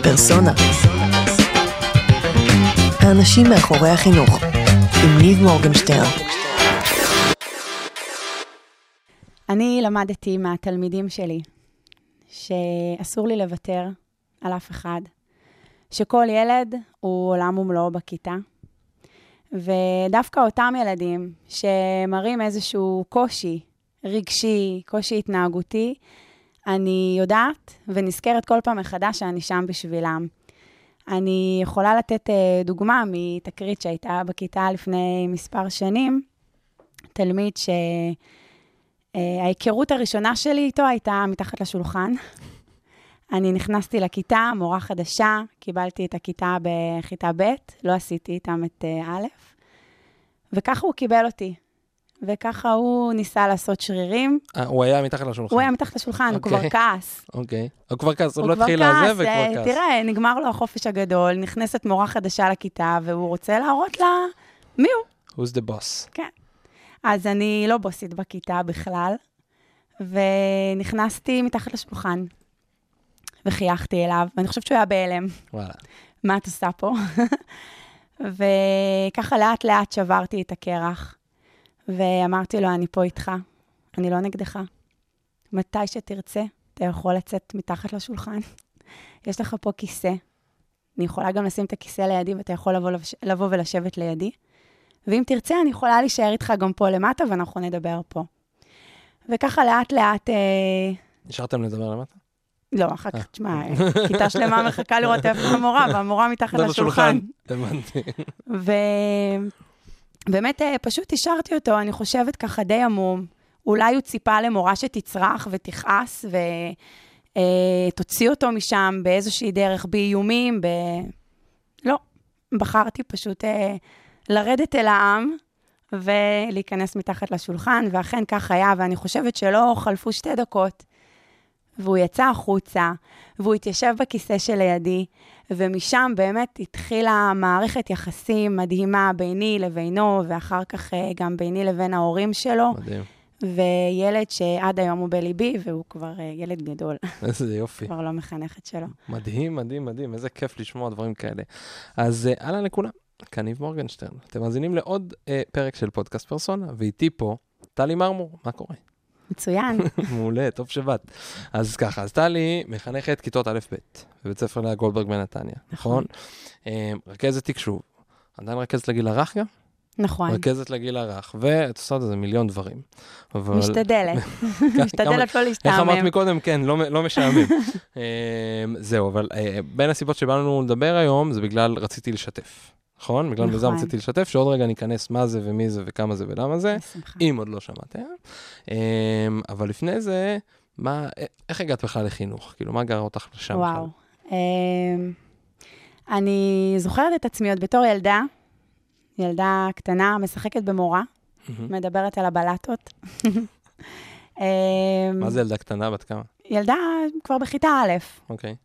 פרסונה. האנשים מאחורי החינוך, עם ניב מורגנשטרן. אני למדתי מהתלמידים שלי שאסור לי לוותר על אף אחד, שכל ילד הוא עולם ומלואו בכיתה, ודווקא אותם ילדים שמראים איזשהו קושי רגשי, קושי התנהגותי, אני יודעת ונזכרת כל פעם מחדש שאני שם בשבילם. אני יכולה לתת דוגמה מתקרית שהייתה בכיתה לפני מספר שנים, תלמיד שההיכרות הראשונה שלי איתו הייתה מתחת לשולחן. אני נכנסתי לכיתה, מורה חדשה, קיבלתי את הכיתה בכיתה ב', לא עשיתי איתם את א', וככה הוא קיבל אותי. וככה הוא ניסה לעשות שרירים. הוא היה מתחת לשולחן. הוא היה מתחת לשולחן, הוא כבר כעס. אוקיי. הוא כבר כעס, הוא לא התחיל לזה וכבר כעס. תראה, נגמר לו החופש הגדול, נכנסת מורה חדשה לכיתה, והוא רוצה להראות לה מי הוא. Who's the boss? כן. אז אני לא בוסית בכיתה בכלל, ונכנסתי מתחת לשולחן, וחייכתי אליו, ואני חושבת שהוא היה בהלם. וואלה. מה את עושה פה? וככה לאט לאט שברתי את הקרח, ואמרתי לו, אני פה איתך, אני לא נגדך. מתי שתרצה, אתה יכול לצאת מתחת לשולחן. יש לך פה כיסא. אני יכולה גם לשים את הכיסא לידי, ואתה יכול לבוא ולשבת לידי. ואם תרצה, אני יכולה להישאר איתך גם פה למטה, ואנחנו נדבר פה. וככה לאט לאט... נשארתם לדבר למטה? לא, אחר כך, תשמע, כיתה שלמה מחכה לראות איפה המורה, והמורה מתחת לשולחן. הבנתי. ובאמת פשוט השארתי אותו, אני חושבת ככה די עמום. אולי הוא ציפה למורה שתצרח ותכעס, ותוציא אותו משם באיזושהי דרך, באיומים, לא, בחרתי פשוט לרדת אל העם, ולהיכנס מתחת לשולחן, ואכן כך היה, ואני חושבת שלא חלפו 2 דקות, והוא יצא החוצה, והוא התיישב בכיסא שלידי, ומשם באמת התחילה מערכת יחסים מדהימה ביני לבינו, ואחר כך גם ביני לבין ההורים שלו. מדהים. וילד שעד היום הוא בליבי, והוא כבר ילד גדול. איזה יופי. כבר לא מחנכת שלו. מדהים, מדהים, מדהים. איזה כיף לשמוע דברים כאלה. אז אהלן לכולם, כאן ניב מורגנשטרן. אתם מאזינים לעוד פרק של פודקאסט פרסונה, ואיתי פה טלי מרמור. מה קורה? מצוין. מעולה, טוב שבאת. אז ככה, אז טלי מחנכת כיתות א' ב', בבית ספר לאה גולדברג בנתניה, נכון? רכזת תקשוב. עדיין רכזת לגיל הרך גם? נכון. רכזת לגיל הרך, ואת עושה את זה מיליון דברים. משתדלת. משתדלת לא להשתעמם. איך אמרת מקודם? כן, לא משעמם. זהו, אבל בין הסיבות שבאנו לדבר היום, זה בגלל רציתי לשתף. נכון? בגלל בזה רציתי לשתף, שעוד רגע ניכנס מה זה ומי זה וכמה זה ולמה זה, אם עוד לא שמעתם. אבל לפני זה, איך הגעת בכלל לחינוך? כאילו, מה גרה אותך לשם? וואו. אני זוכרת את עצמי עוד בתור ילדה קטנה, משחקת במורה, מדברת על הבלטות. מה זה ילדה קטנה? בת כמה? ילדה כבר בכיתה א'. אוקיי.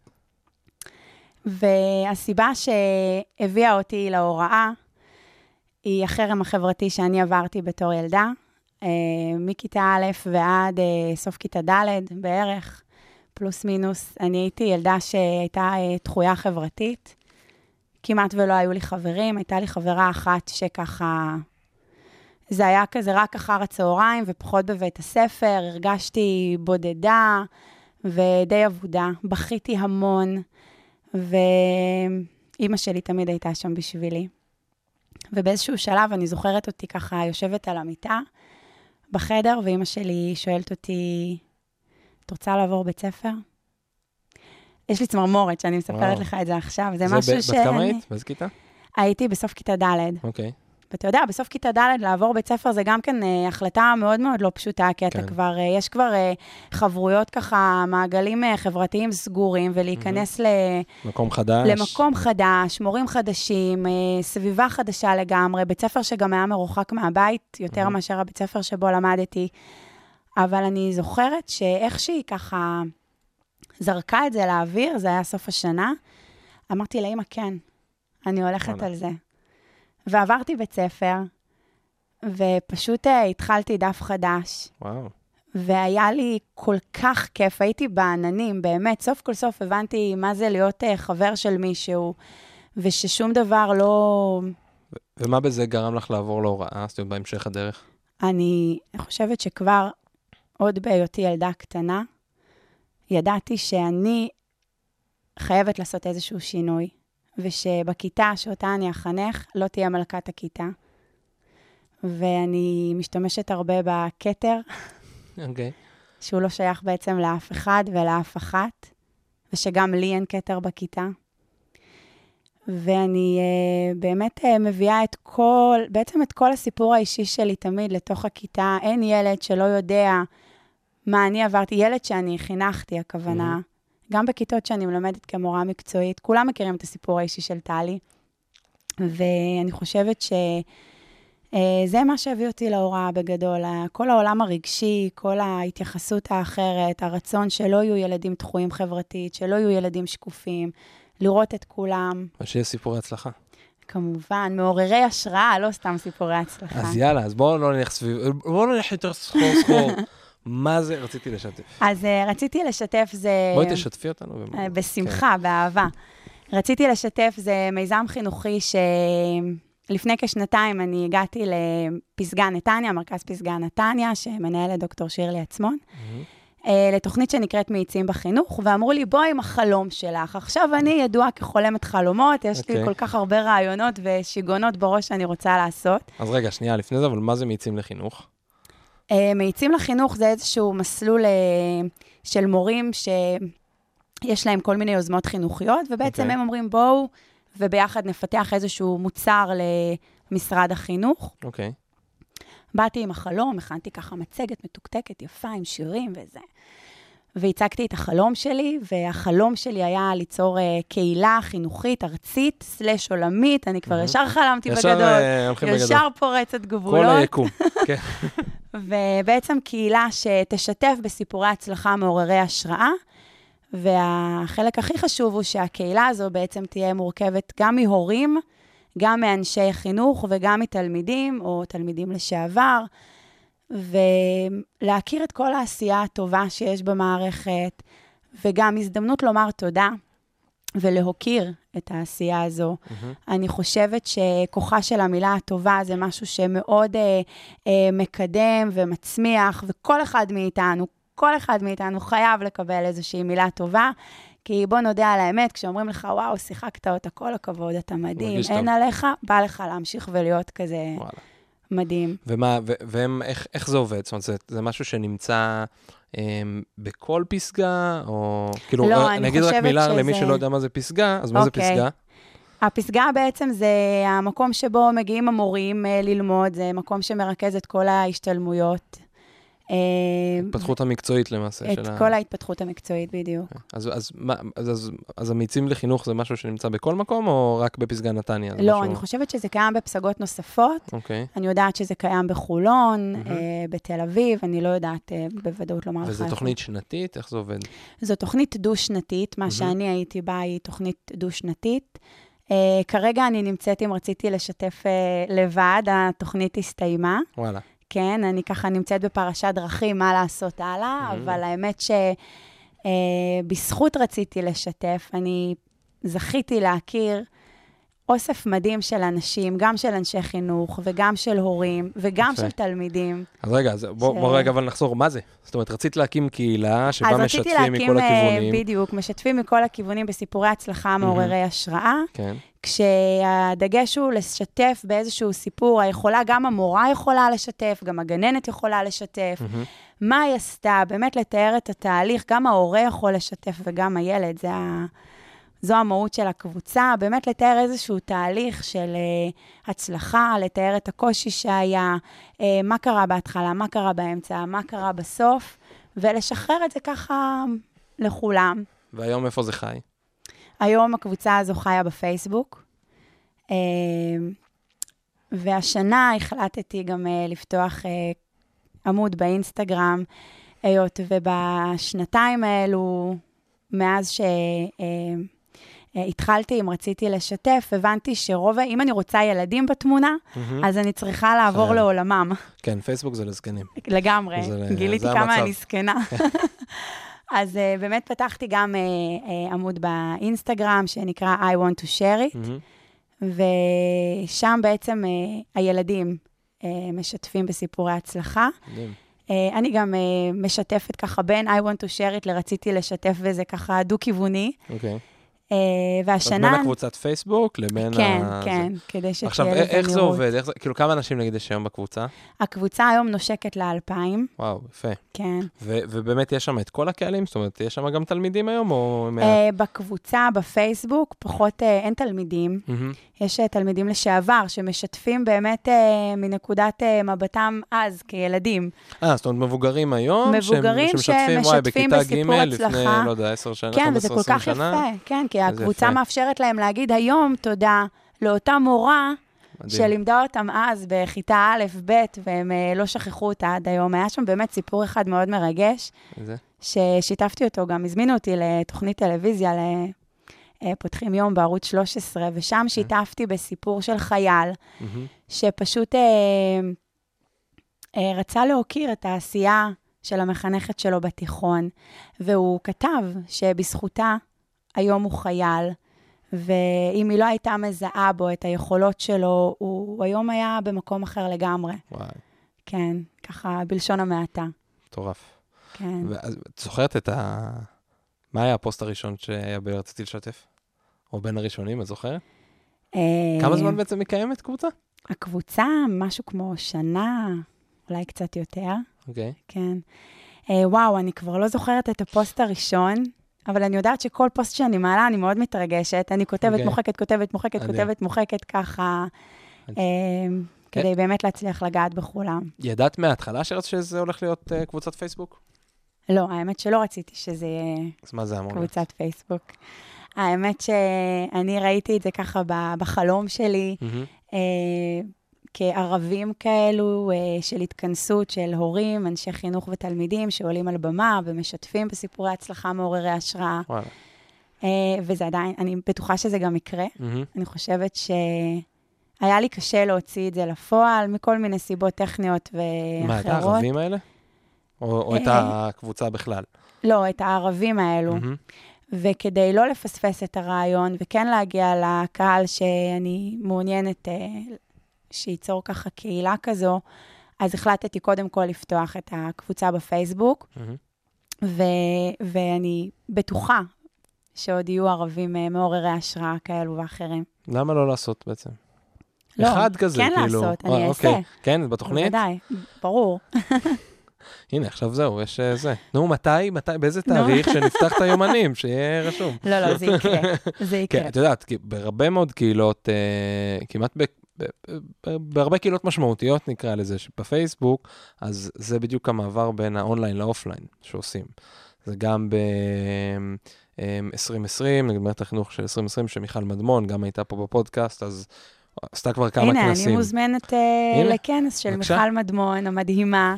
והסיבה שהביאה אותי להוראה, היא החרם החברתי שאני עברתי בתור ילדה, מכיתה א' ועד סוף כיתה ד' בערך, פלוס מינוס. אני הייתי ילדה שהייתה דחויה חברתית, כמעט ולא היו לי חברים, הייתה לי חברה אחת שככה, זה היה כזה רק אחר הצהריים ופחות בבית הספר, הרגשתי בודדה ודי עבודה, בכיתי המון, ואימא שלי תמיד הייתה שם בשבילי. ובאיזשהו שלב אני זוכרת אותי ככה יושבת על המיטה בחדר, ואימא שלי שואלת אותי, את רוצה לעבור בית ספר? יש לי צמרמורת שאני מספרת לך את זה עכשיו. זה משהו בת כמה היית? באיזה כיתה? הייתי בסוף כיתה ד'. אוקיי. ואתה יודע, בסוף כיתה ד' לעבור בית ספר זה גם כן החלטה מאוד מאוד לא פשוטה, כי אתה כבר, יש כבר חברויות ככה, מעגלים חברתיים סגורים, ולהיכנס למקום חדש, מורים חדשים, סביבה חדשה לגמרי, בית ספר שגם היה מרוחק מהבית, יותר מאשר הבית ספר שבו למדתי. אבל אני זוכרת שאיך שהיא ככה זרקה את זה לאוויר, זה היה סוף השנה, אמרתי לאמא, כן, אני הולכת על זה. ועברתי בית ספר, ופשוט התחלתי דף חדש. וואו. והיה לי כל כך כיף, הייתי בעננים, באמת, סוף כל סוף הבנתי מה זה להיות חבר של מישהו, וששום דבר לא... ומה בזה גרם לך לעבור להוראה, זאת אומרת, בהמשך הדרך? אני חושבת שכבר עוד בהיותי ילדה קטנה, ידעתי שאני חייבת לעשות איזשהו שינוי, ושבכיתה שאותה אני אחנך, לא תהיה מלכת הכיתה. ואני משתמשת הרבה בכתר, אוקיי. שהוא לא שייך בעצם לאף אחד ולאף אחת, ושגם לי אין כתר בכיתה. ואני באמת מביאה בעצם את כל הסיפור האישי שלי תמיד לתוך הכיתה. אין ילד שלא יודע מה אני עברתי, ילד שאני חינכתי, הכוונה. גם בכיתות שאני מלמדת כמורה מקצועית, כולם מכירים את הסיפור האישי של טלי. ואני חושבת שזה מה שהביא אותי להוראה בגדול. כל העולם הרגשי, כל ההתייחסות האחרת, הרצון שלא יהיו ילדים דחויים חברתית, שלא יהיו ילדים שקופים, לראות את כולם. ושיהיה סיפורי הצלחה. כמובן, מעוררי השראה, לא סתם סיפורי הצלחה. אז יאללה, אז בואו לא נלך בואו לא נלך יותר סחור. מה זה רציתי לשתף? אז רציתי לשתף זה... בואי תשתפי אותנו. בשמחה, באהבה. רציתי לשתף זה מיזם חינוכי שלפני כשנתיים אני הגעתי לפסגה נתניה, מרכז פסגה נתניה, שמנהלת דוקטור שירלי עצמון. לתוכנית שנקראת מאיצים בחינוך, ואמרו לי, בואי עם החלום שלך. עכשיו אני ידועה כחולמת חלומות, יש לי כל כך הרבה רעיונות ושיגונות בראש שאני רוצה לעשות. אז רגע, שנייה, לפני זה, אבל מה זה מאיצים לחינוך? מאיצים לחינוך זה איזשהו מסלול של מורים שיש להם כל מיני יוזמות חינוכיות, ובעצם הם אומרים, בואו, וביחד נפתח איזשהו מוצר למשרד החינוך. אוקיי. באתי עם החלום, הכנתי ככה מצגת מתוקתקת, יפה, עם שירים וזה. והצגתי את החלום שלי, והחלום שלי היה ליצור קהילה חינוכית, ארצית, סלש עולמית, אני כבר ישר חלמתי בגדול. ישר פורצת גבולות. כל היקום, כן. ובעצם קהילה שתשתף בסיפורי הצלחה מעוררי השראה, והחלק הכי חשוב הוא שהקהילה הזו בעצם תהיה מורכבת גם מהורים, גם מאנשי חינוך וגם מתלמידים, או תלמידים לשעבר, ולהכיר את כל העשייה הטובה שיש במערכת, וגם הזדמנות לומר תודה, ולהוקיר את העשייה הזו. אני חושבת שכוחה של המילה הטובה זה משהו שמאוד מקדם ומצמיח, וכל אחד מאיתנו חייב לקבל איזושהי מילה טובה, כי בוא נודע על האמת, כשאומרים לך, וואו, שיחקת אותה, כל הכבוד, אתה מדהים, אין עליך, בא לך להמשיך ולהיות כזה מדהים. איך זה עובד? זאת אומרת, זה משהו שנמצא בכל פסגה, או כאילו, נגיד רק מילה למי שלא יודע מה זה פסגה, אז מה זה פסגה? הפסגה בעצם זה המקום שבו מגיעים המורים ללמוד, זה מקום שמרכז את כל ההשתלמויות. התפתחות המקצועית למעשה. את כל ההתפתחות המקצועית, בדיוק. אז המאיצים לחינוך זה משהו שנמצא בכל מקום, או רק בפסגה נתניה? לא, אני חושבת שזה קיים בפסגות נוספות. אני יודעת שזה קיים בחולון, בתל אביב, אני לא יודעת בוודאות לומר לך. וזה תוכנית שנתית? איך זה עובד? זו תוכנית דו-שנתית, מה שאני הייתי בה היא תוכנית דו-שנתית. כרגע אני נמצאת אם רציתי לשתף לבד, התוכנית הסתיימה. וואלה. כן, אני ככה נמצאת בפרשת דרכים, מה לעשות הלאה, אבל האמת שבזכות רציתי לשתף, אני זכיתי להכיר אוסף מדהים של אנשים, גם של אנשי חינוך, וגם של הורים, וגם של תלמידים. אז רגע, בוא רגע אבל נחזור, מה זה? זאת אומרת, רצית להקים קהילה שבה משתפים מכל הכיוונים. בדיוק, משתפים מכל הכיוונים בסיפורי הצלחה מעוררי השראה. כן. כשהדגש הוא לשתף באיזשהו סיפור, גם המורה יכולה לשתף, גם הגננת יכולה לשתף. מה היא עשתה? באמת לתאר את התהליך, גם ההורה יכול לשתף וגם הילד, זו המהות של הקבוצה, באמת לתאר איזשהו תהליך של הצלחה, לתאר את הקושי שהיה, מה קרה בהתחלה, מה קרה באמצע, מה קרה בסוף, ולשחרר את זה ככה לכולם. והיום איפה זה חי? היום הקבוצה הזו חיה בפייסבוק, והשנה החלטתי גם לפתוח עמוד באינסטגרם, היות ובשנתיים האלו, מאז התחלתי, אם רציתי לשתף, הבנתי אם אני רוצה ילדים בתמונה, אז אני צריכה לעבור לעולמם. כן, פייסבוק זה לזקנים. לגמרי, גיליתי כמה אני זקנה. אז באמת פתחתי גם עמוד באינסטגרם, שנקרא I want to share it, ושם בעצם הילדים משתפים בסיפורי הצלחה. אני גם משתפת ככה בין I want to share it לרציתי לשתף וזה ככה דו-כיווני. אוקיי. והשנה... בין הקבוצת פייסבוק לבין כן, כדי שתהיה עכשיו, איך זה עובד? כאילו, כמה אנשים נגיד יש היום בקבוצה? הקבוצה היום נושקת ל2,000. וואו, יפה. כן. ובאמת יש שם את כל הקהלים? זאת אומרת, יש שם גם תלמידים היום או... בקבוצה, בפייסבוק, פחות אין תלמידים. יש תלמידים לשעבר שמשתפים באמת מנקודת מבטם אז, כילדים. זאת אומרת, מבוגרים היום? מבוגרים שמשתפים בסיפור הצלחה. לפני, לא יודע, 10 שנה, 15-20 שנה? כן, וזה כל כך יפה. כן, כי הקבוצה מאפשרת להם להגיד היום תודה לאותה מורה שלימדה אותם אז בכיתה א', ב', והם לא שכחו אותה עד היום. היה שם באמת סיפור אחד מאוד מרגש, ששיתפתי אותו, גם הזמינו אותי לתוכנית טלוויזיה, פותחים יום בערוץ 13, ושם שיתפתי בסיפור של חייל, שפשוט רצה להוקיר את העשייה של המחנכת שלו בתיכון, והוא כתב שבזכותה היום הוא חייל, ואם היא לא הייתה מזהה בו את היכולות שלו, הוא היום היה במקום אחר לגמרי. וואי. כן, ככה בלשון המעטה. מטורף. כן. את זוכרת מה היה הפוסט הראשון שהיה ברציתי לשתף? או בין הראשונים, את זוכרת? כמה זמן בעצם מקיימת קבוצה? הקבוצה, משהו כמו שנה, אולי קצת יותר. אוקיי. כן. וואו, אני כבר לא זוכרת את הפוסט הראשון, אבל אני יודעת שכל פוסט שאני מעלה, אני מאוד מתרגשת. אני כותבת, מוחקת ככה, כדי באמת להצליח לגעת בכולם. ידעת מההתחלה שזה הולך להיות קבוצת פייסבוק? לא, האמת שלא רציתי שזה יהיה קבוצת פייסבוק. האמת שאני ראיתי את זה ככה בחלום שלי, כערבים כאלו של התכנסות של הורים, אנשי חינוך ותלמידים שעולים על במה ומשתפים בסיפורי הצלחה מעוררי השראה. וזה עדיין, אני בטוחה שזה גם יקרה. אני חושבת שהיה לי קשה להוציא את זה לפועל, מכל מיני סיבות טכניות ואחרות. מה, את הערבים האלה? או את הקבוצה בכלל? לא, את הערבים האלו. וכדי לא לפספס את הרעיון, וכן להגיע לקהל שאני מעוניינת שייצור ככה קהילה כזו, אז החלטתי קודם כל לפתוח את הקבוצה בפייסבוק, ואני בטוחה שעוד יהיו ערבים מעוררי השראה כאלו ואחרים. למה לא לעשות בעצם? לא, אחד כזה, כן כאילו. לעשות, אני אעשה. כן, בתוכנית? בוודאי, ברור. הנה, עכשיו זהו, יש זה. נו, מתי, באיזה תאריך שנפתח את היומנים, שיהיה רשום. לא, זה יקרה, זה יקרה. כן, את יודעת, בהרבה מאוד קהילות, כמעט בהרבה קהילות משמעותיות נקרא לזה, בפייסבוק, אז זה בדיוק המעבר בין האונליין לאופליין שעושים. זה גם ב-2020, נגמרת החינוך של 2020, שמיכל מדמון גם הייתה פה בפודקאסט, אז עשתה כבר כמה כנסים. הנה, אני מוזמנת לכנס של מיכל מדמון, המדהימה,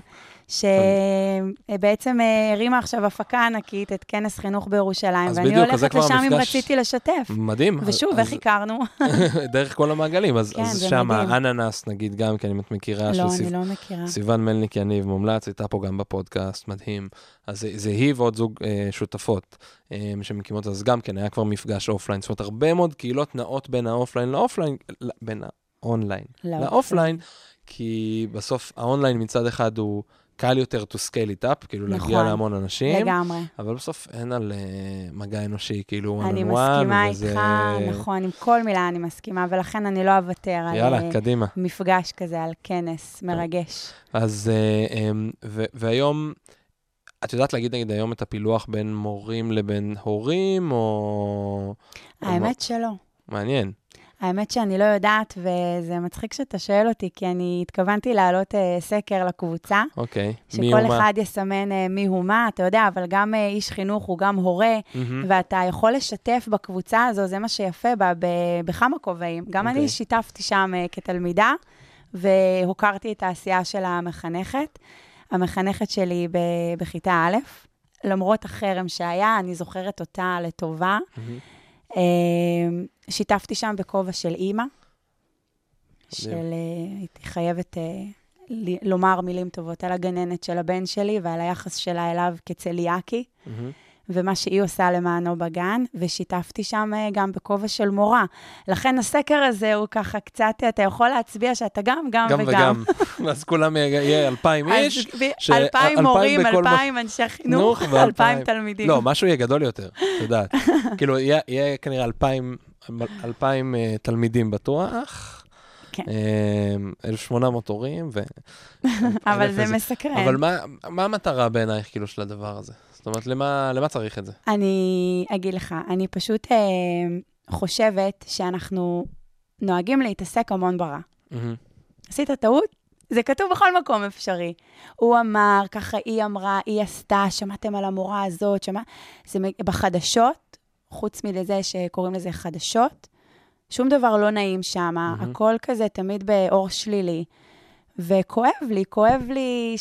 שבעצם הרימה עכשיו הפקה ענקית את כנס חינוך בירושלים, ואני הולכת לשם אם רציתי לשתף. מדהים. ושוב, איך הכרנו? דרך כל המעגלים, אז שם האננס, נגיד גם, כי אני מכירה, לא, אני לא מכירה. סיוון מלניק יניב מומלץ, הייתה פה גם בפודקאסט, מדהים. אז זה היא ועוד זוג שותפות שמקימות, אז גם כן היה כבר מפגש אופליין, זאת אומרת, הרבה מאוד קהילות נעות בין האופליין לאופליין, בין האונליין לאופליין, כי בסוף האונליין מצד אחד הוא קל יותר to scale it up, כאילו להגיע להמון אנשים. לגמרי. אבל בסוף אין על מגע אנושי, כאילו one on one. אני מסכימה איתך, נכון, עם כל מילה אני מסכימה, ולכן אני לא אוותר על מפגש כזה, על כנס מרגש. אז, והיום, את יודעת להגיד נגיד היום את הפילוח בין מורים לבין הורים, או... האמת שלא. מעניין. האמת שאני לא יודעת, וזה מצחיק שאתה שואל אותי, כי אני התכוונתי להעלות סקר לקבוצה. אוקיי. שכל אחד יסמן מי הוא מה, אתה יודע, אבל גם איש חינוך הוא גם הורה, ואתה יכול לשתף בקבוצה הזו, זה מה שיפה בה, בכמה כובעים. גם אני שיתפתי שם כתלמידה, והוקרתי את העשייה של המחנכת. המחנכת שלי בכיתה א', למרות החרם שהיה, אני זוכרת אותה לטובה. שיתפתי שם בכובע של אימא, הייתי חייבת לומר מילים טובות על הגננת של הבן שלי, ועל היחס שלה אליו כצליאקי, ומה שהיא עושה למענו בגן, ושיתפתי שם גם בכובע של מורה. לכן הסקר הזה הוא ככה קצת, אתה יכול להצביע שאתה גם וגם. אז כולם יהיה 2,000 איש. 2,000 מורים, 2,000 אנשי חינוך, 2,000 תלמידים. לא, משהו יהיה גדול יותר, את יודעת. כאילו, יהיה כנראה 2,000 תלמידים בטוח. כן. 1,800 הורים, אבל זה מסקרן. אבל מה המטרה בעינייך כאילו של הדבר הזה? זאת אומרת, למה צריך את זה? אני אגיד לך, אני פשוט חושבת שאנחנו נוהגים להתעסק המון ברע. עשית טעות? זה כתוב בכל מקום אפשרי. הוא אמר, ככה היא אמרה, היא עשתה, שמעתם על המורה הזאת, זה בחדשות, חוץ מלזה שקוראים לזה חדשות, שום דבר לא נעים שם, הכל כזה תמיד באור שלילי. וכואב לי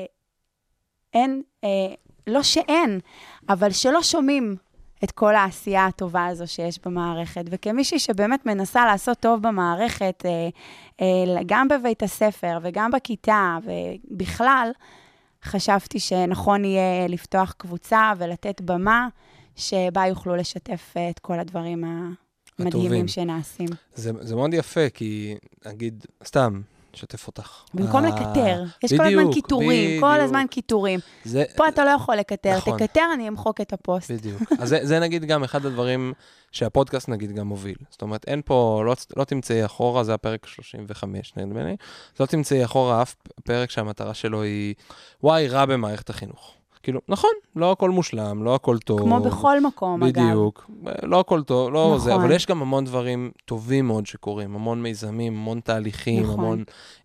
שאין, לא שאין, אבל שלא שומעים את כל העשייה הטובה הזו שיש במערכת. וכמישהי שבאמת מנסה לעשות טוב במערכת, גם בבית הספר וגם בכיתה ובכלל, חשבתי שנכון יהיה לפתוח קבוצה ולתת במה, שבה יוכלו לשתף את כל הדברים מדהימים שנעשים. זה מאוד יפה, כי נגיד, סתם, שתף אותך. במקום לקטר. יש כל הזמן קיטורים, כל הזמן קיטורים. פה אתה לא יכול לקטר, תקטר, אני אמחוק את הפוסט. בדיוק. אז זה נגיד גם אחד הדברים שהפודקאסט נגיד גם מוביל. זאת אומרת, אין פה, לא תמצאי אחורה, זה הפרק 35, נדמה לי. לא תמצאי אחורה אף פרק שהמטרה שלו היא, וואי, רע במערכת החינוך. כאילו, נכון, לא הכל מושלם, לא הכל טוב. כמו בכל מקום, אגב. בדיוק, לא הכל טוב, לא זה, אבל יש גם המון דברים טובים מאוד שקורים, המון מיזמים, המון תהליכים, המון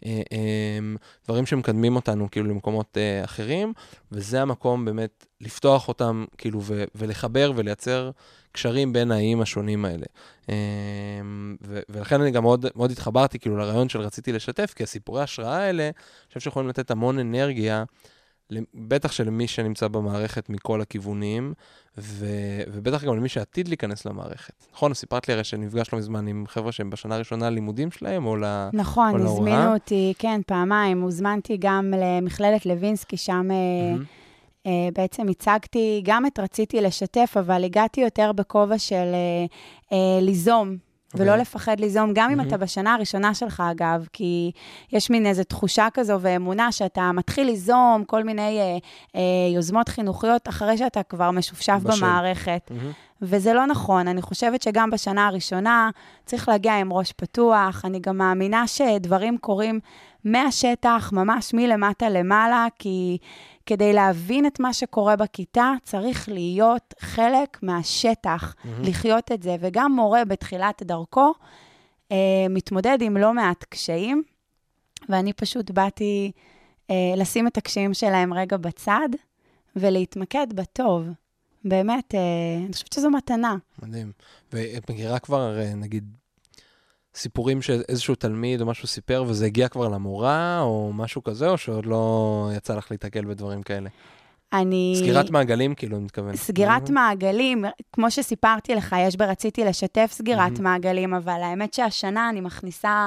דברים שמקדמים אותנו כאילו למקומות אחרים, וזה המקום באמת לפתוח אותם כאילו ולחבר ולייצר קשרים בין האיים השונים האלה. ולכן אני גם מאוד התחברתי כאילו לרעיון של רציתי לשתף, כי הסיפורי ההשראה האלה, אני חושב שיכולים לתת המון אנרגיה, בטח שלמי שנמצא במערכת מכל הכיוונים, ובטח גם למי שעתיד להיכנס למערכת. נכון, סיפרת לי הרי שנפגש לא מזמן עם חבר'ה שהם בשנה הראשונה לימודים שלהם, או להוראה. נכון, הזמינו אותי, כן, פעמיים. הוזמנתי גם למכללת לוינסקי, שם בעצם הצגתי, גם רציתי לשתף, אבל הגעתי יותר בכובע של ליזום, ולא לפחד ליזום, גם אם אתה בשנה הראשונה שלך, אגב, כי יש מין איזו תחושה כזו ואמונה שאתה מתחיל ליזום כל מיני יוזמות חינוכיות, אחרי שאתה כבר משופשף במערכת. וזה לא נכון. אני חושבת שגם בשנה הראשונה צריך להגיע עם ראש פתוח. אני גם מאמינה שדברים קורים מהשטח, ממש מלמטה למעלה, כי כדי להבין את מה שקורה בכיתה, צריך להיות חלק מהשטח, לחיות את זה. וגם מורה בתחילת דרכו מתמודד עם לא מעט קשיים, ואני פשוט באתי לשים את הקשיים שלהם רגע בצד, ולהתמקד בטוב. באמת, אני חושבת שזו מתנה. מדהים. ואת מכירה כבר, נגיד, סיפורים שאיזשהו תלמיד או משהו סיפר, וזה הגיע כבר למורה, או משהו כזה, או שעוד לא יצא לך להתקל בדברים כאלה? סגירת מעגלים, כאילו, אני מתכוון. סגירת מעגלים, כמו שסיפרתי לך, יש ברציתי לשתף סגירת מעגלים, אבל האמת שהשנה אני מכניסה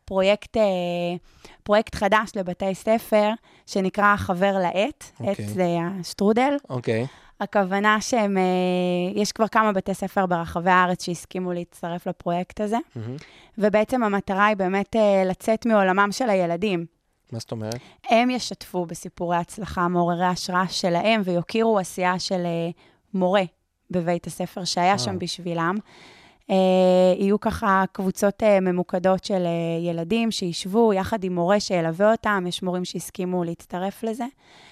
פרויקט חדש לבתי ספר, שנקרא חבר לעת, עת זה השטרודל. אוקיי. הכוונה יש כבר כמה בתי ספר ברחבי הארץ שהסכימו להצטרף לפרויקט הזה, ובעצם המטרה היא באמת לצאת מעולמם של הילדים. מה זאת אומרת? הם ישתפו בסיפורי הצלחה, מעוררי השראה שלהם, ויוקירו עשייה של מורה בבית הספר שהיה שם בשבילם. יהיו ככה קבוצות ממוקדות של ילדים שישבו יחד עם מורה שילווה אותם, יש מורים שהסכימו להצטרף לזה.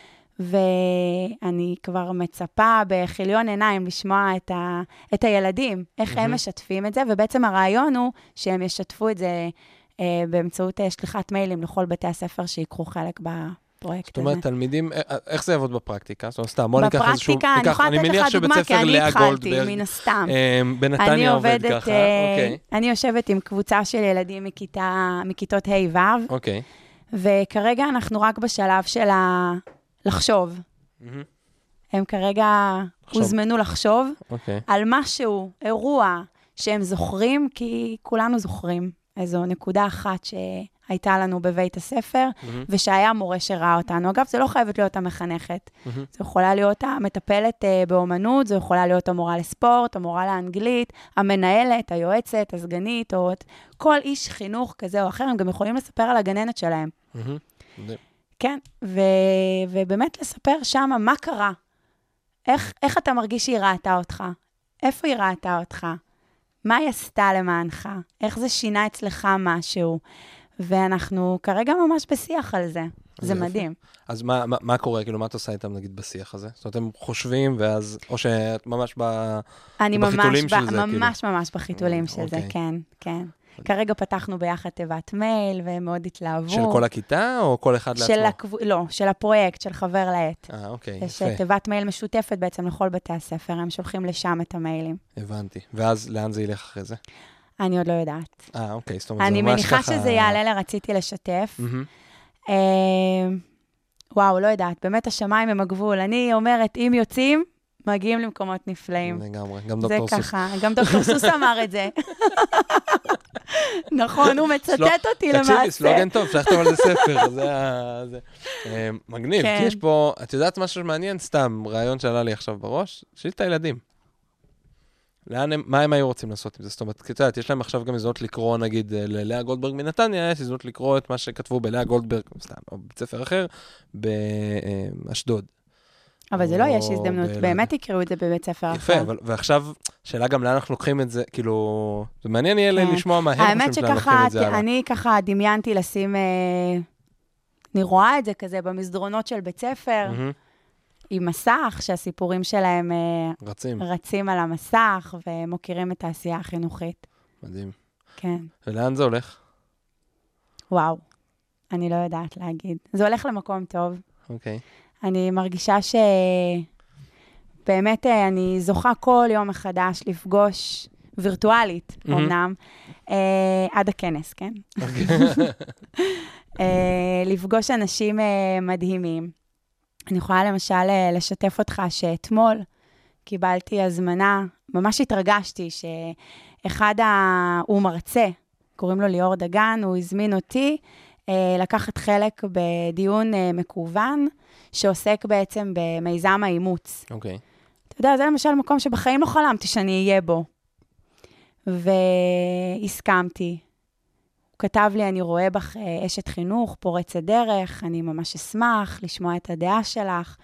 ואני כבר מצפה בחיליון עיניים לשמוע את הילדים, איך הם משתפים את זה, ובעצם הרעיון הוא שהם ישתפו את זה באמצעות שליחת מיילים לכל בתי הספר שיקחו חלק בפרויקט הזה. זאת אומרת, תלמידים, איך זה יעבוד בפרקטיקה? זאת אומרת, סתם, בוא ניקח איזשהו... בפרקטיקה, אני יכולה לתת לך דוגמה, כי אני התחלתי, מן הסתם. בנתניה עובד ככה, אוקיי. אני יושבת עם קבוצה של ילדים מכיתות ה' ו', וכרגע אנחנו רק בשלב של לחשוב. הם כרגע הוזמנו לחשוב על משהו, אירוע, שהם זוכרים, כי כולנו זוכרים. איזו נקודה אחת שהייתה לנו בבית הספר, ושהיה מורה שראה אותנו. אגב, זה לא חייבת להיות המחנכת. זה יכולה להיות המטפלת באומנות, זה יכולה להיות המורה לספורט, המורה לאנגלית, המנהלת, היועצת, הסגנית, או כל איש חינוך כזה או אחר, הם גם יכולים לספר על הגננת שלהם. כן, ובאמת לספר שם מה קרה. איך אתה מרגיש שהיא ראתה אותך? איפה היא ראתה אותך? מה היא עשתה למענך? איך זה שינה אצלך משהו? ואנחנו כרגע ממש בשיח על זה. זה מדהים. אז מה קורה? כאילו, מה את עושה איתם, נגיד, בשיח הזה? זאת אומרת, הם חושבים, ואז, או שאת ממש בחיתולים של זה? אני ממש בחיתולים של זה, כן, כן. כרגע פתחנו ביחד תיבת מייל, והם מאוד התלהבו. של כל הכיתה, או כל אחד לעצמו? לא, של הפרויקט, של חבר לעת. אוקיי, יפה. יש תיבת מייל משותפת בעצם לכל בתי הספר, הם שולחים לשם את המיילים. הבנתי. ואז לאן זה ילך אחרי זה? אני עוד לא יודעת. אוקיי, זאת אומרת, זה ממש ככה... אני מניחה שזה יעלה רציתי לשתף. וואו, לא יודעת, באמת השמיים הם הגבול. אני אומרת, אם יוצאים, מגיעים למקומות נפלאים. לגמרי, גם דוקטור סוס. זה ככה, גם דוקטור סוס אמר את זה. נכון, הוא מצטט אותי למעשה. תקשיבי, סלוגן טוב, שלחתם על זה ספר, זה מגניב, כי יש פה, את יודעת משהו שמעניין, סתם, רעיון שעלה לי עכשיו בראש, שאלת הילדים. מה הם היו רוצים לעשות עם זה? זאת אומרת, כי את יודעת, יש להם עכשיו גם הזדמנות לקרוא, נגיד, ללאה גולדברג מנתניה, יש הזדמנות לקרוא את מה שכתבו בלאה גולדברג, סתם, או בבית ספר אחר, באשדוד. אבל זה לא יש הזדמנות, באמת יקראו את זה בבית ספר אחר. יפה, ועכשיו, שאלה גם לאן אנחנו לוקחים את זה, כאילו, זה מעניין יהיה לשמוע מה הם חושבים שלנו לוקחים את זה הלאה. אני ככה דמיינתי לשים, אני רואה את זה כזה במסדרונות של בית ספר, עם מסך, שהסיפורים שלהם רצים על המסך, ומוכירים את העשייה החינוכית. מדהים. כן. ולאן זה הולך? וואו, אני לא יודעת להגיד. זה הולך למקום טוב. אוקיי. אני מרגישה שבאמת אני זוכה כל יום מחדש לפגוש וירטואלית, אמנם, עד הכנס, כן? לפגוש אנשים מדהימים. אני יכולה למשל לשתף אותך שאתמול קיבלתי הזמנה, ממש התרגשתי הוא מרצה, קוראים לו ליאור דגן, הוא הזמין אותי לקחת חלק בדיון מקוון, שעוסק בעצם במיזם האימוץ. אוקיי. אתה יודע, זה למשל מקום שבחיים לא חלמתי שאני אהיה בו. והסכמתי. הוא כתב לי, אני רואה בך אשת חינוך, פורצת דרך, אני ממש אשמח לשמוע את הדעה שלך.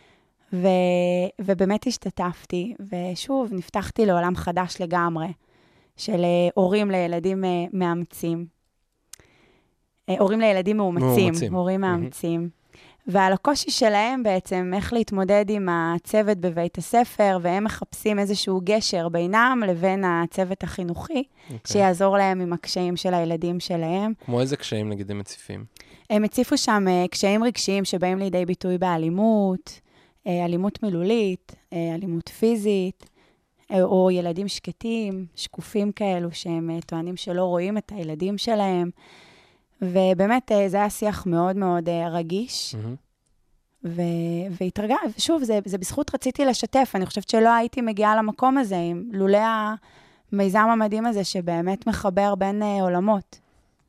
ובאמת השתתפתי, ושוב, נפתחתי לעולם חדש לגמרי, של הורים לילדים מאמצים. הורים לילדים מאומצים. הורים מאמצים. ועל הקושי שלהם בעצם, איך להתמודד עם הצוות בבית הספר, והם מחפשים איזשהו גשר בינם לבין הצוות החינוכי, שיעזור להם עם הקשיים של הילדים שלהם. כמו איזה קשיים, נגיד, הם מציפים? הם הציפו שם קשיים רגשיים שבאים לידי ביטוי באלימות, אלימות מילולית, אלימות פיזית, או ילדים שקטים, שקופים כאלו, שהם טוענים שלא רואים את הילדים שלהם. ובאמת, זה היה שיח מאוד מאוד רגיש, והתרגע, ושוב, זה בזכות רציתי לשתף, אני חושבת שלא הייתי מגיעה למקום הזה, לולא המיזם המדהים הזה, שבאמת מחבר בין עולמות.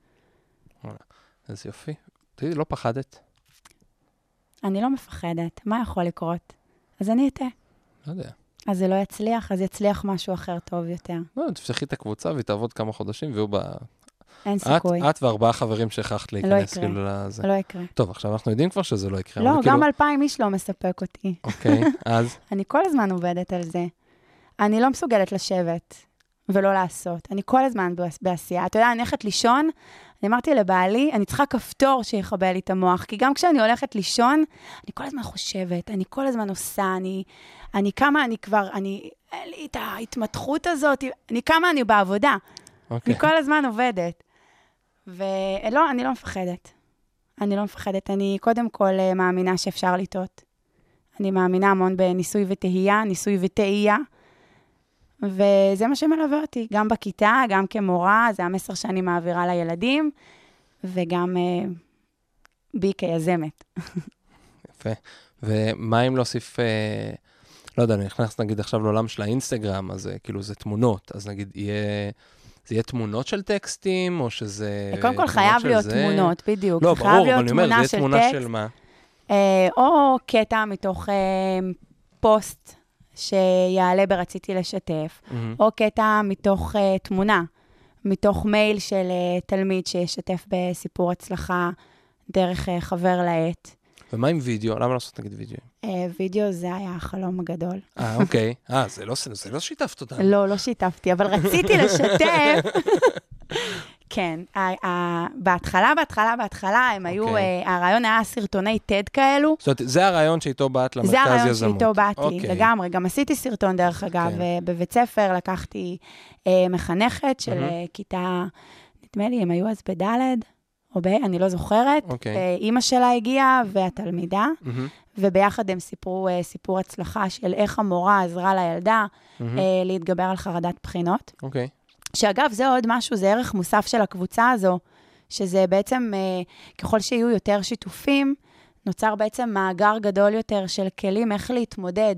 אז יופי. תראי, לא פחדת? אני לא מפחדת. מה יכול לקרות? אז אני אתן. לא יודע. אז זה לא יצליח, אז יצליח משהו אחר טוב יותר. לא, תפתחי את הקבוצה והיא תעבוד כמה חודשים, והוא אין סיכוי. את וארבעה חברים שהכרחת להיכנס כאילו לזה. לא יקרה. טוב, עכשיו אנחנו יודעים כבר שזה לא יקרה. לא, גם 2,000 איש לא מספק אותי. אוקיי, אז? אני כל הזמן עובדת על זה. אני לא מסוגלת לשבת ולא לעשות. אני כל הזמן בעשייה. אתה יודע, אני הולכת לישון, אני אמרתי לבעלי, אני צריכה כפתור שיחבל לי את המוח, כי גם כשאני הולכת לישון, אני כל הזמן חושבת, אני כל הזמן עושה, אני אין לי את ההתמתחות הזאת, אני בעבודה. אני כל הזמן עובדת. ולא, אני לא מפחדת. אני קודם כל מאמינה שאפשר לטעות. אני מאמינה המון בניסוי וטעייה, ניסוי וטעייה, וזה מה שמלווה אותי, גם בכיתה, גם כמורה, זה המסר שאני מעבירה לילדים, וגם בי כיזמת. יפה. ומה אם להוסיף, לא יודע, אני נכנס נגיד עכשיו לעולם של האינסטגרם, אז כאילו זה תמונות, אז נגיד זה יהיה תמונות של טקסטים, או שזה... קודם כל חייב להיות תמונות, בדיוק. לא, ברור, אבל אני אומר, זה יהיה תמונה של מה? או קטע מתוך פוסט שיעלה ברציתי לשתף, או קטע מתוך תמונה, מתוך מייל של תלמיד שישתף בסיפור הצלחה דרך חבר לעט. ומה עם וידאו? למה לא לעשות נגיד וידאו? וידאו זה היה החלום הגדול. אוקיי. זה לא שיתפת אותם. לא שיתפתי, אבל רציתי לשתף. כן, בהתחלה הם היו, הרעיון היה סרטוני טד כאלו. זאת אומרת, זה הרעיון שאיתו באת למרכז יזמות. זה הרעיון שאיתו באתי, לגמרי. גם עשיתי סרטון דרך אגב, בבית ספר לקחתי מחנכת של כיתה, נדמה לי, הם היו אז בד' או אני לא זוכרת. אמא שלה הגיעה והתלמידה, וביחד הם סיפרו סיפור הצלחה של איך המורה עזרה לילדה להתגבר על חרדת בחינות. אוקיי. שאגב, זה עוד משהו, זה ערך מוסף של הקבוצה הזו, שזה בעצם, ככל שיהיו יותר שיתופים, נוצר בעצם מאגר גדול יותר של כלים איך להתמודד,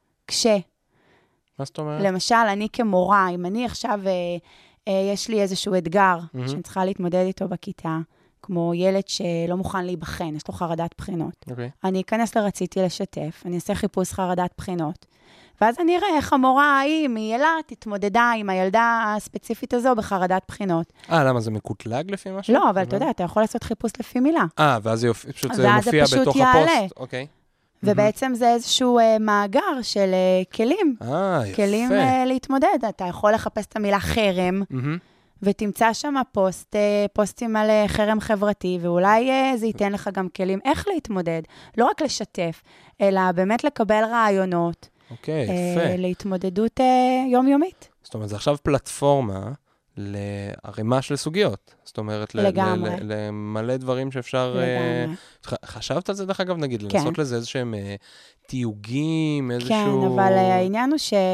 מה זאת אומרת? למשל, אני כמורה, אם אני עכשיו, יש לי איזשהו אתגר, שאני צריכה להתמודד איתו בכיתה, כמו ילד שלא מוכן להיבחן, יש לו חרדת בחינות. אני אכנס לרציתי לשתף, אני אעשה חיפוש חרדת בחינות, ואז אני אראה איך המורה ההיא מאילת התמודדה עם הילדה הספציפית הזו בחרדת בחינות. למה זה מקוטלג לפי משהו? לא, אבל אתה יודע, אתה יכול לעשות חיפוש לפי מילה. ואז פשוט זה מופיע בתוך הפוסט. אוקיי. ובעצם זה איזשהו מאגר של כלים. כלים להתמודד. אתה יכול לחפש את המילה חרם, ותמצא שם פוסטים על חרם חברתי, ואולי זה ייתן לך גם כלים איך להתמודד. לא רק לשתף, אלא באמת לקבל רעיונות. אוקיי, יפה. להתמודדות יומיומית. זאת אומרת, זה עכשיו פלטפורמה להרימה של סוגיות. זאת אומרת, למלא דברים שאפשר... לגמרי. חשבת על זה דרך אגב, נגיד, לנסות לזה איזשהם תיוגים, איזשהו... כן, אבל העניין הוא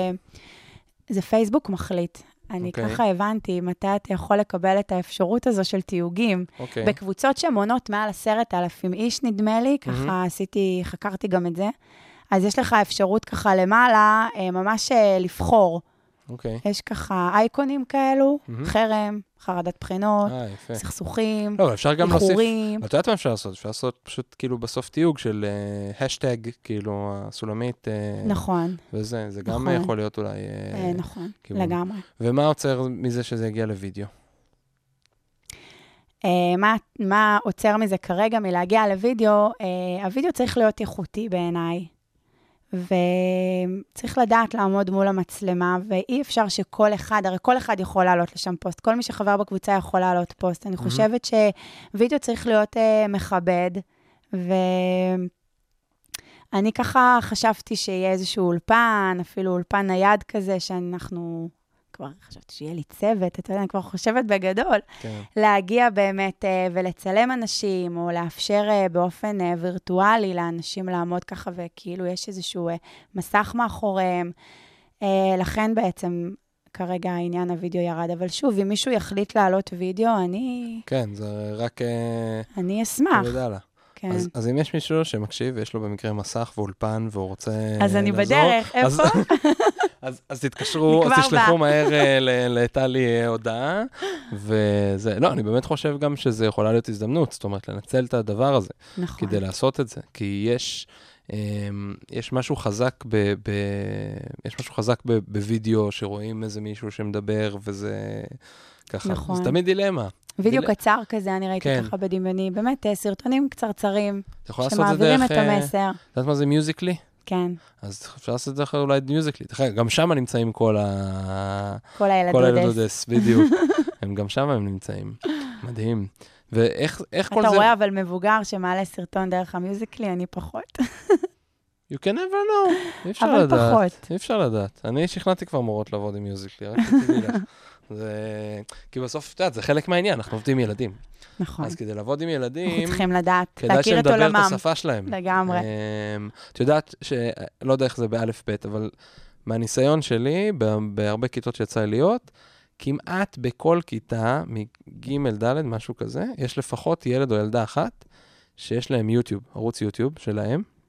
שזה פייסבוק מחליט. אני ככה הבנתי מתי אתה יכול לקבל את האפשרות הזו של תיוגים. בקבוצות שמונות מעל 10,000 איש, נדמה לי, ככה חקרתי גם את זה. אז יש לך אפשרות ככה למעלה, ממש לבחור. יש ככה אייקונים כאלו, חרם, חרדת בחינות, סכסוכים, איחורים. את יודעת מה אפשר לעשות? אפשר לעשות פשוט כאילו בסוף תיוג של השטג, כאילו הסולמית. נכון. וזה, זה גם יכול להיות אולי... נכון, לגמרי. ומה עוצר מזה שזה יגיע לוידאו? מה עוצר מזה כרגע מלהגיע לוידאו? הוידאו צריך להיות איכותי בעיניי. וויצריך לדעת לעמוד מול המצלמה, ואי אפשר שכל אחד, הרי כל אחד יכול לעלות לשם פוסט, כל מי שחבר בקבוצה יכול לעלות פוסט. אני חושבת שווידאו צריך להיות מכבד, ואני ככה חשבתי שיהיה איזשהו אולפן, אפילו אולפן נייד כזה, שאנחנו... כבר חשבתי שיהיה לי צוות, אתה יודע, אני כבר חושבת בגדול, להגיע באמת ולצלם אנשים, או לאפשר באופן וירטואלי לאנשים לעמוד ככה, וכאילו יש איזשהו מסך מאחוריהם. לכן בעצם כרגע העניין הוידאו ירד, אבל שוב, אם מישהו יחליט לעלות וידאו, אני... כן, זה רק... אני אשמח. כן. אז אם יש מישהו שמקשיב, ויש לו במקרה מסך ואולפן, והוא רוצה אז אני בדרך, איפה? אז תתקשרו, אז תשלחו מהר לטלי הודעה, וזה, לא, אני באמת חושב גם שזה יכולה להיות הזדמנות, זאת אומרת, לנצל את הדבר הזה, נכון. כדי לעשות את זה, כי יש משהו חזק בווידאו, שרואים איזה מישהו שמדבר, וזה ככה, נכון. זה תמיד דילמה. וידאו קצר כזה, אני ראיתי ככה בדמיוני, באמת, סרטונים קצרצרים, שמעבירים את המסר. את יודעת מה זה מיוזיקלי? כן. אז אפשר לעשות את זה אחרי אולי מיוזיקלי. גם שם נמצאים כל הילדודס. בדיוק. הם גם שם הם נמצאים. מדהים. ואיך כל זה... אתה רואה אבל מבוגר שמעלה סרטון דרך המיוזיקלי, אני פחות. You can never know. אי אפשר לדעת. אבל פחות. אי אפשר לדעת. אני שכנעתי כבר מורות לעבוד עם מיוזיקלי, רק תדעי לך. כי בסוף, את יודעת, זה חלק מהעניין, אנחנו עובדים עם ילדים. נכון. אז כדי לעבוד עם ילדים... אנחנו צריכים לדעת, כדאי להכיר את עולמם. כדאי שנדבר את השפה שלהם. לגמרי. את יודעת לא יודע איך זה באלף בית, אבל מהניסיון שלי, בהרבה כיתות שיצא להיות, כמעט בכל כיתה, מג' ד' משהו כזה, יש לפחות ילד או ילדה אחת, שיש להם יוטיוב, ערוץ יוטיוב שלהם,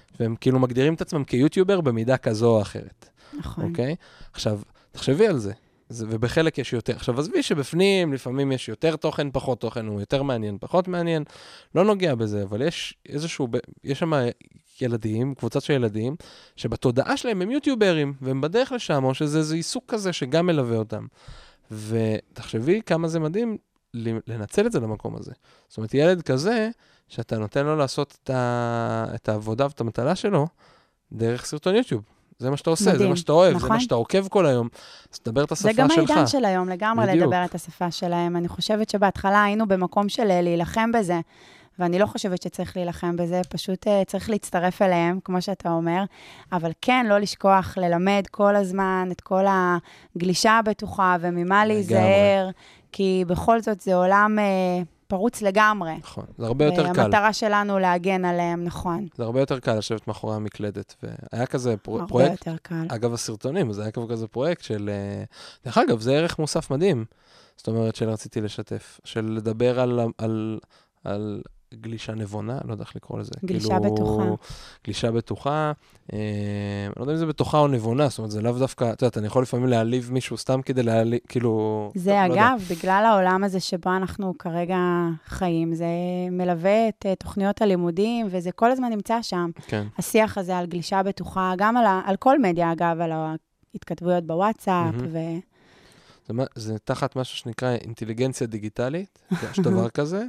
והם כאילו מגדירים את עצמם כיוטיובר במידה כזו או אחרת. נכון. אוקיי? עכשיו, תחשבי על זה. ובחלק יש יותר. עכשיו, עזבי שבפנים, לפעמים יש יותר תוכן, פחות תוכן, הוא יותר מעניין, פחות מעניין. לא נוגע בזה, אבל יש שם ילדים, קבוצת של ילדים, שבתודעה שלהם הם יוטיוברים, והם בדרך לשם, או שזה איזה עיסוק כזה שגם מלווה אותם. ותחשבי כמה זה מדהים לנצל את זה למקום הזה. זאת אומרת, ילד כזה, שאתה נותן לו לעשות את העבודה ואת המטלה שלו, דרך סרטון יוטיוב. זה מה שאתה עושה, מדהים. זה מה שאתה אוהב, נכון? זה מה שאתה עוקב כל היום. אז תדבר את השפה שלך. זה גם העידן של היום, לגמרי בדיוק. לדבר את השפה שלהם. אני חושבת שבהתחלה היינו במקום של להילחם בזה, ואני לא חושבת שצריך להילחם בזה, פשוט צריך להצטרף אליהם, כמו שאתה אומר, אבל כן, לא לשכוח ללמד כל הזמן את כל הגלישה הבטוחה, וממה להיזהר, כי בכל זאת זה עולם פרוץ לגמרי. נכון, זה הרבה יותר קל. המטרה שלנו להגן עליהם, נכון. זה הרבה יותר קל לשבת מאחורי המקלדת, והיה כזה פרויקט, הרבה יותר קל. אגב הסרטונים, זה היה כזה פרויקט של, דרך אגב, זה ערך מוסף מדהים, זאת אומרת שרציתי לשתף, של לדבר על גלישה נבונה, לא יודע איך לקרוא לזה. גלישה בטוחה. גלישה בטוחה, אני לא יודע אם זה בטוחה או נבונה, זאת אומרת, זה לאו דווקא, אתה יודעת, אני יכול לפעמים להעליב מישהו סתם כדי להעליב, כאילו... זה אגב, בגלל העולם הזה שבו אנחנו כרגע חיים, זה מלווה את תוכניות הלימודים, וזה כל הזמן נמצא שם. כן. השיח הזה על גלישה בטוחה, גם על כל מדיה, אגב, על ההתכתבויות בוואטסאפ, זה תחת משהו שנקרא אינטליגנציה דיגיטלית, יש דבר כזה,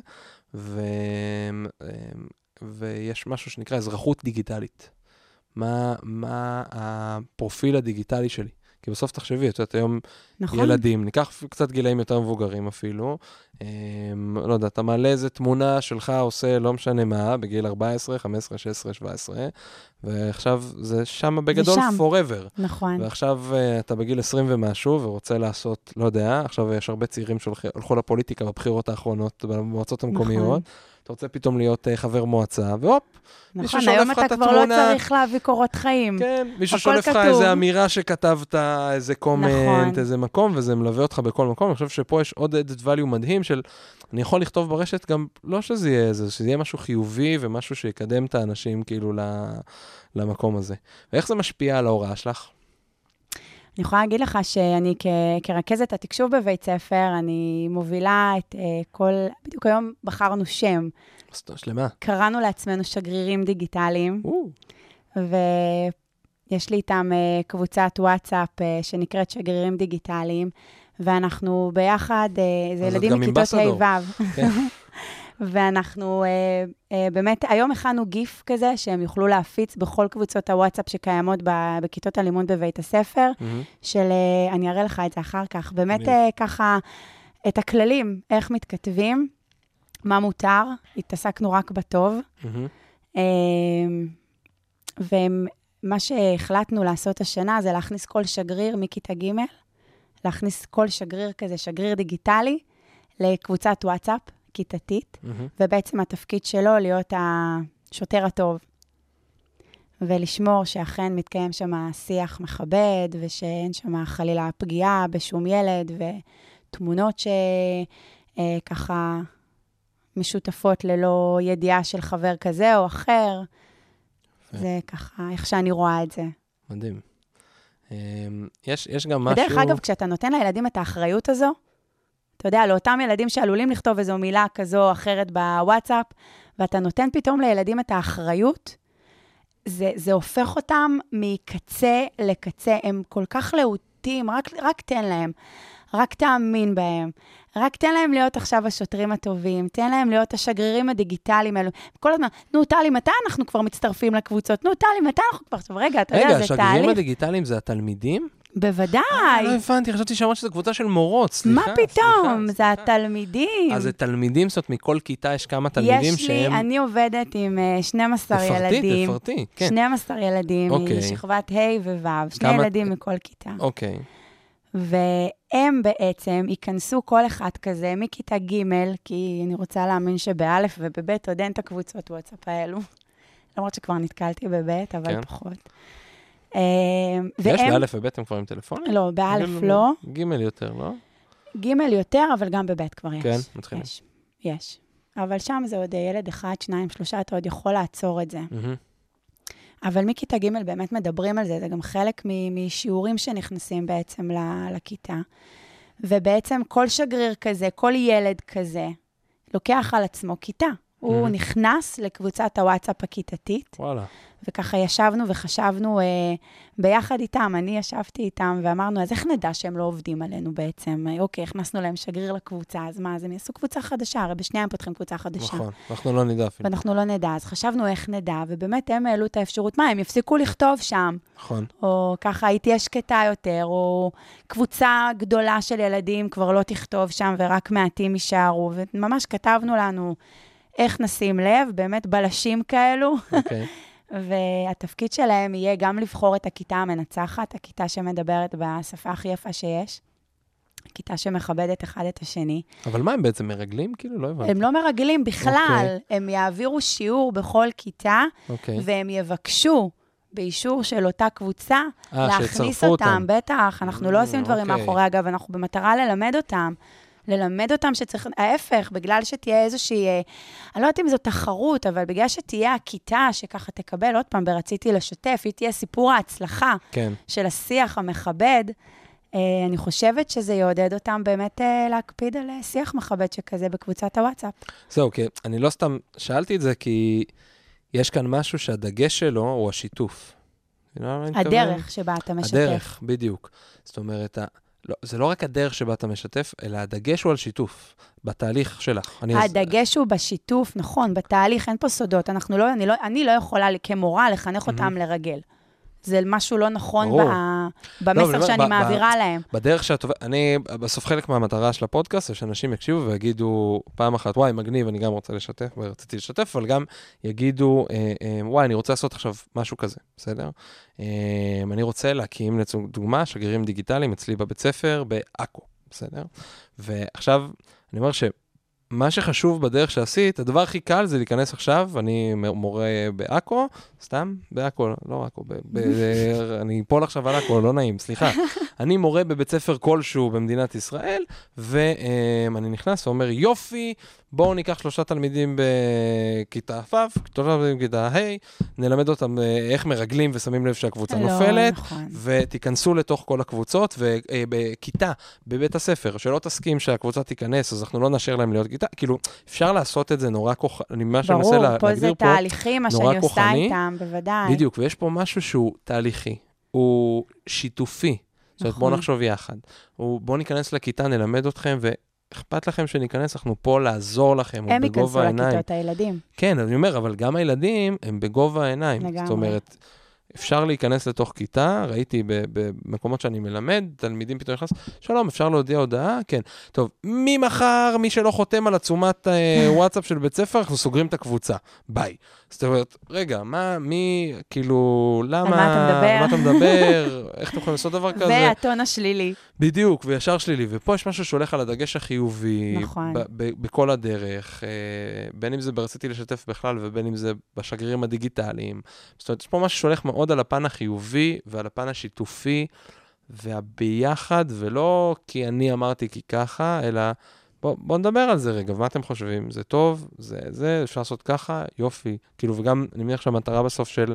ויש משהו שנקרא אזרחות דיגיטלית. מה הפרופיל הדיגיטלי שלי? כי בסוף תחשבי, את יודעת, היום ילדים, ניקח קצת גילאים יותר מבוגרים אפילו, לא יודע, אתה מעלה איזה תמונה שלך עושה לא משנה מה, בגיל 14, 15, 16, 17, ועכשיו זה שם בגדול forever. נכון. ועכשיו אתה בגיל 20 ומשהו, ורוצה לעשות, לא יודע, עכשיו יש הרבה צעירים שהולכו לפוליטיקה בבחירות האחרונות, במועצות המקומיות, אתה רוצה פתאום להיות חבר מועצה, והופ, מישהו שולף לך את התמונה. נכון, היום אתה כבר לא צריך להביא קורות חיים. כן, מישהו שולף לך איזה אמירה שכתבת, איזה קומנט, איזה מקום, וזה מלווה אותך בכל מקום. אני חושב שפה יש עוד added value מדהים של, אני יכול לכתוב ברשת גם, לא שזה יהיה איזה, שזה יהיה משהו חיובי, ומשהו שיקדם את האנשים כאילו למקום הזה. ואיך זה משפיע על ההוראה שלך? אני יכולה להגיד לך שאני כרכזת התקשוב בבית ספר, אני מובילה את כל, בדיוק היום בחרנו שם. שלמה. קראנו לעצמנו שגרירים דיגיטליים, ויש לי איתם קבוצת וואטסאפ שנקראת שגרירים דיגיטליים, ואנחנו ביחד, זה ילדים מכיתות ה'-ו'. ואנחנו באמת, היום הכנו גיף כזה, שהם יוכלו להפיץ בכל קבוצות הוואטסאפ שקיימות בכיתות הלימוד בבית הספר, של, אני אראה לך את זה אחר כך, באמת ככה, את הכללים, איך מתכתבים, מה מותר, התעסקנו רק בטוב, ומה שהחלטנו לעשות השנה, זה להכניס כל שגריר מכיתה ג', להכניס כל שגריר כזה, שגריר דיגיטלי, לקבוצת וואטסאפ, כיתתית, ובעצם התפקיד שלו להיות השוטר הטוב, ולשמור שאכן מתקיים שם שיח מכבד, ושאין שם חלילה פגיעה בשום ילד, ותמונות שככה משותפות ללא ידיעה של חבר כזה או אחר. זה ככה, איך שאני רואה את זה. מדהים. יש גם משהו... בדרך אגב, כשאתה נותן לילדים את האחריות הזו, אתה יודע, לאותם ילדים שעלולים לכתוב איזו מילה כזו או אחרת בוואטסאפ, ואתה נותן פתאום לילדים את האחריות, זה הופך אותם מקצה לקצה. הם כל כך להוטים, רק תן להם, רק תאמין בהם, רק תן להם להיות עכשיו השוטרים הטובים, תן להם להיות השגרירים הדיגיטליים האלו. כל הזמן, נו, טלי, מתי אנחנו כבר מצטרפים לקבוצות? נו, טלי, מתי אנחנו כבר... רגע, אתה יודע, זה תהליך. רגע, השגרירים הדיגיטליים זה התלמידים? בוודאי. לא הבנתי, חשבתי שאמרת שזו קבוצה של מורות, סליחה. מה פתאום? זה התלמידים. אז זה תלמידים, זאת אומרת, מכל כיתה יש כמה תלמידים שהם... אני עובדת עם 12 ילדים. תפרטי, כן. 12 ילדים משכבת ה' וו', 2 ילדים מכל כיתה. אוקיי. והם בעצם ייכנסו כל אחד כזה מכיתה ג', כי אני רוצה להאמין שבאלף ובבית עוד אין את הקבוצות וואטסאפ האלו. למרות שכבר נתקלתי בבית, אבל פחות. יש באלף ובית הם כבר עם טלפונים? לא, באלף לא. ג' יותר, לא? ג' יותר, אבל גם בבית כבר יש. כן, מתחילים. יש. אבל שם זה עוד ילד אחד, 2, 3, אתה עוד יכול לעצור את זה. אבל מכיתה ג' באמת מדברים על זה, זה גם חלק משיעורים שנכנסים בעצם לכיתה. ובעצם כל שגריר כזה, כל ילד כזה, לוקח על עצמו כיתה. הוא נכנס לקבוצת הוואטסאפ הכיתתית. וואלה. וככה ישבנו וחשבנו ביחד איתם, אני ישבתי איתם ואמרנו, אז איך נדע שהם לא עובדים עלינו בעצם? אוקיי, הכנסנו להם שגריר לקבוצה, אז מה? אז הם יעשו קבוצה חדשה, הרי בשנייה הם פותחים קבוצה חדשה. נכון, אנחנו לא נדע אפילו. ואנחנו לא נדע, אז חשבנו איך נדע, ובאמת הם העלו את האפשרות, מה, הם יפסיקו לכתוב שם. נכון. או ככה הייתי השקטה יותר, או קבוצה גדולה של ילדים כבר לא תכתוב שם, ורק מעטים יישארו, וממש כתבנו לנו איך נשים לב, באמת בלשים כאלו. אוקיי. והתפקיד שלהם יהיה גם לבחור את הכיתה המנצחת, הכיתה שמדברת בשפה הכי יפה שיש, הכיתה שמכבדת אחד את השני. אבל מה, הם בעצם מרגלים? כאילו, לא הבנתי. הם לא מרגלים בכלל, הם יעבירו שיעור בכל כיתה, והם יבקשו באישור של אותה קבוצה, להכניס אותם, בטח, אנחנו לא עושים דברים מאחורי, אגב, אנחנו במטרה ללמד אותם שצריך, ההפך, בגלל שתהיה איזושהי, אני לא יודעת אם זו תחרות, אבל בגלל שתהיה הכיתה שככה תקבל, עוד פעם, ברציתי לשתף, היא תהיה סיפור ההצלחה של השיח המכבד, אני חושבת שזה יעודד אותם באמת להקפיד על שיח מכבד שכזה בקבוצת הוואטסאפ. זהו, כי אני לא סתם שאלתי את זה, כי יש כאן משהו שהדגש שלו הוא השיתוף. הדרך שבה אתה משתף. הדרך, בדיוק. זאת אומרת, לא, זה לא רק הדרך שבה אתה משתף, אלא הדגש הוא על שיתוף, בתהליך שלך. הדגש הוא בשיתוף, נכון, בתהליך, אין פה סודות. אני לא יכולה כמורה לחנך אותם לרגל. זה משהו לא נכון במסר שאני מעבירה להם. בדרך אני, בסוף חלק מהמטרה של הפודקאסט, שאנשים יקשיבו ויגידו פעם אחת, וואי, מגניב, אני גם רוצה לשתף, ורציתי לשתף, אבל גם יגידו, וואי, אני רוצה לעשות עכשיו משהו כזה, בסדר? אני רוצה להקים, לדוגמה, שגרירים דיגיטליים אצלי בבית ספר, בעכו, בסדר? ועכשיו, אני אומר מה שחשוב בדרך שעשית, הדבר הכי קל זה להיכנס עכשיו, אני מורה בעכו, סתם, בעכו, לא עכו, אני פול עכשיו על עכו, לא נעים, סליחה. אני מורה בבית ספר כלשהו במדינת ישראל, ואני נכנס ואומר, יופי, בואו ניקח 3 תלמידים בכיתה ו', 3 תלמידים בכיתה ה', נלמד אותם איך מרגלים ושמים לב שהקבוצה נופלת, ותיכנסו לתוך כל הקבוצות, ובכיתה, בבית הספר, שלא תסכים שהקבוצה תיכנס, אז אנחנו לא נשאר להם להיות כיתה, כאילו, אפשר לעשות את זה נורא כוחני, מה שאני מנסה להגדיר פה, ברור, פה זה תהליכים, מה שאני עושה איתם, בוודאי. בדיוק, ויש פה משהו שהוא תהליכי, הוא שיתופי, זאת אומרת, בואו נחשוב יחד, בואו ניכנס לכיתה, נלמד אתכם, אכפת לכם שניכנס, אנחנו פה לעזור לכם, הם ייכנסו לכיתות, הילדים. כן, אני אומר, אבל גם הילדים הם בגובה העיניים. לגמרי. זאת אומרת, אפשר להיכנס לתוך כיתה, ראיתי במקומות שאני מלמד, תלמידים פתאום נכנס, שלום, אפשר להודיע הודעה? כן. טוב, ממחר, מי שלא חותם על עצומת וואטסאפ של בית ספר, אנחנו סוגרים את הקבוצה. ביי. זאת אומרת, רגע, כאילו, למה? מה אתה מדבר? איך אתם יכולים לעשות דבר כזה? והטון השלילי. בדיוק, וישר שלילי. ופה יש משהו שהולך על הדגש החיובי, נכון. בכל הדרך, בין אם זה ברציתי לשתף בכלל, ובין אם זה בשגרירים הדיגיטליים. זאת אומרת, יש פה משהו שהולך מאוד על הפן החיובי, ועל הפן השיתופי, והביחד, ולא כי אני אמרתי כי ככה, אלא בוא נדבר על זה רגע, מה אתם חושבים? זה טוב? זה, אפשר לעשות ככה? יופי. כאילו, וגם, אני מניח שהמטרה בסוף של,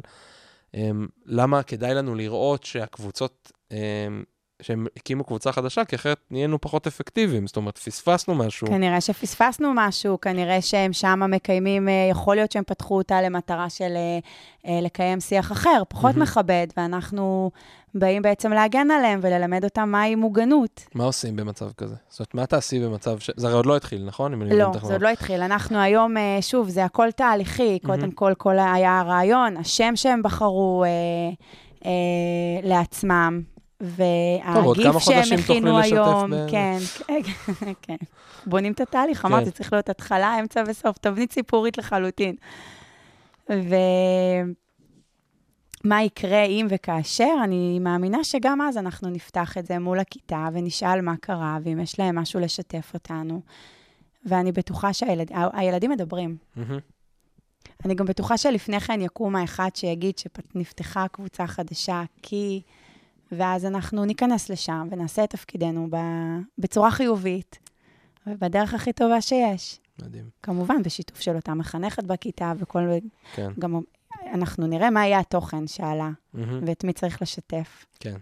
למה כדאי לנו לראות שהקבוצות, שהם הקימו קבוצה חדשה, כי אחרת נהיינו פחות אפקטיביים, זאת אומרת, פספסנו משהו. כנראה שפספסנו משהו, כנראה שהם שם מקיימים, יכול להיות שהם פתחו אותה למטרה של לקיים שיח אחר, פחות מכבד, ואנחנו באים בעצם להגן עליהם וללמד אותם מהי מוגנות. מה עושים במצב כזה? זאת אומרת, מה תעשי במצב זה הרי עוד לא התחיל, נכון? לא, זה עוד לא התחיל. אנחנו היום, שוב, זה הכל תהליכי, קודם כל היה הרעיון, השם שהם בחרו לעצמם, והגיף שהם הכינו היום, כן, כן, בונים את התהליך, אמרתי, צריך להיות התחלה, אמצע וסוף, תבנית סיפורית לחלוטין. ומה יקרה אם וכאשר, אני מאמינה שגם אז אנחנו נפתח את זה מול הכיתה, ונשאל מה קרה, ואם יש להם משהו לשתף אותנו. ואני בטוחה שהילדים מדברים. אני גם בטוחה שלפני כן יקום האחד שיגיד שנפתחה קבוצה חדשה, ואז אנחנו ניכנס לשם ונעשה את תפקידנו בצורה חיובית, ובדרך הכי טובה שיש. מדהים. כמובן, בשיתוף של אותה מחנכת בכיתה, גם אנחנו נראה מה יהיה התוכן שעלה, ואת מי צריך לשתף. כן.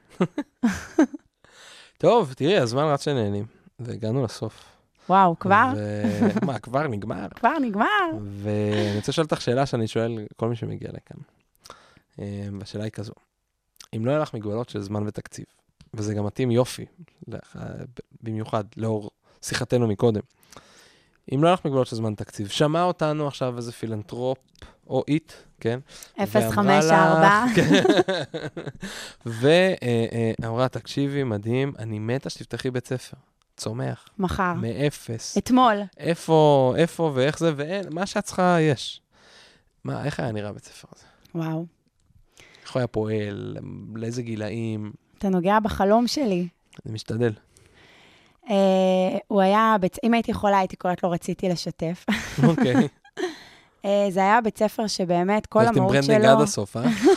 טוב, תראי, הזמן רץ שנהנים, והגענו לסוף. וואו, כבר? מה, כבר נגמר? כבר נגמר. ואני רוצה לשאול אותך שאלה שאני שואל כל מי שמגיע לכאן. והשאלה היא כזו, אם לא היה לך מגבלות של זמן ותקציב, וזה גם מתאים יופי, במיוחד לאור שיחתנו מקודם, אם לא היה לך מגבלות של זמן ותקציב, שמע אותנו עכשיו איזה פילנטרופ, או איט, כן? 054. ואמרה, תקשיבי, מדהים, אני מתה שתפתחי בית ספר. צומח. מחר. מאפס. אתמול. איפה ואיך זה, ואין, מה שאת צריכה יש. איך היה נראה בית ספר הזה? וואו. איך הוא היה פועל? לאיזה גילאים? אתה נוגע בחלום שלי. אני משתדל. הוא היה, אם הייתי יכולה, הייתי קוראת לו רציתי לשתף. אוקיי. זה היה בית ספר שבאמת כל המהות שלו... ואתם ברנדינג עד הסוף,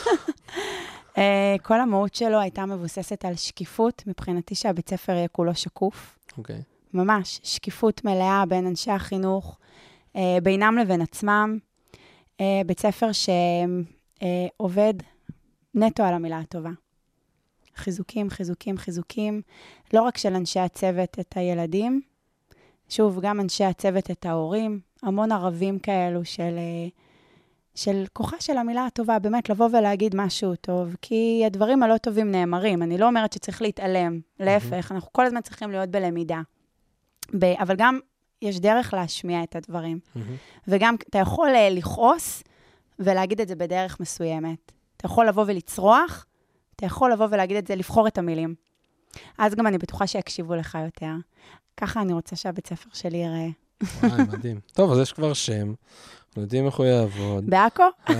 כל המהות שלו הייתה מבוססת על שקיפות, מבחינתי שהבית ספר יהיה כולו שקוף. אוקיי. ממש, שקיפות מלאה בין אנשי החינוך, בינם לבין עצמם. בית ספר שעובד נטו על המילה הטובה. חיזוקים, חיזוקים, חיזוקים, לא רק של אנשי הצוות את הילדים, שוב, גם אנשי הצוות את ההורים, המון ערבים כאלו של כוחה של המילה הטובה, באמת לבוא ולהגיד משהו טוב, כי הדברים הלא טובים נאמרים, אני לא אומרת שצריך להתעלם, להפך, אנחנו כל הזמן צריכים להיות בלמידה, אבל גם יש דרך להשמיע את הדברים, וגם אתה יכול לכעוס ולהגיד את זה בדרך מסוימת, אתה יכול לבוא ולצרוח, אתה יכול לבוא ולהגיד את זה, לבחור את המילים. אז גם אני בטוחה שיקשיבו לך יותר. ככה אני רוצה שהבית ספר שלי יראה. וואי, מדהים. טוב, אז יש כבר שם. אנחנו יודעים איך הוא יעבוד. בעכו?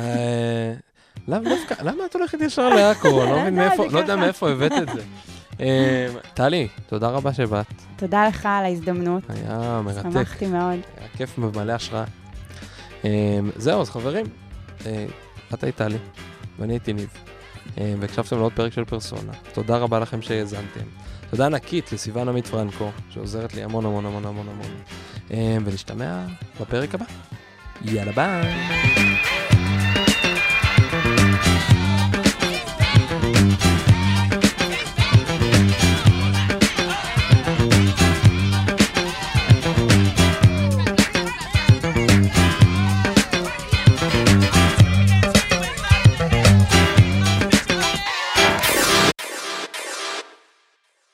למה את הולכת ישר לעכו? לא יודע מאיפה הבאת את זה. טלי, תודה רבה שבאת. תודה לך על ההזדמנות. היה מרתק. שמחתי מאוד. היה כיף ומלא השראה. זהו, אז חברים, את היית טלי, ואני הייתי ניב. והקשבתם לעוד פרק של פרסונה. תודה רבה לכם שהאזנתם. תודה ענקית לסיוון עמית פרנקו, שעוזרת לי המון המון המון המון המון. ונשתמע בפרק הבא. יאללה ביי.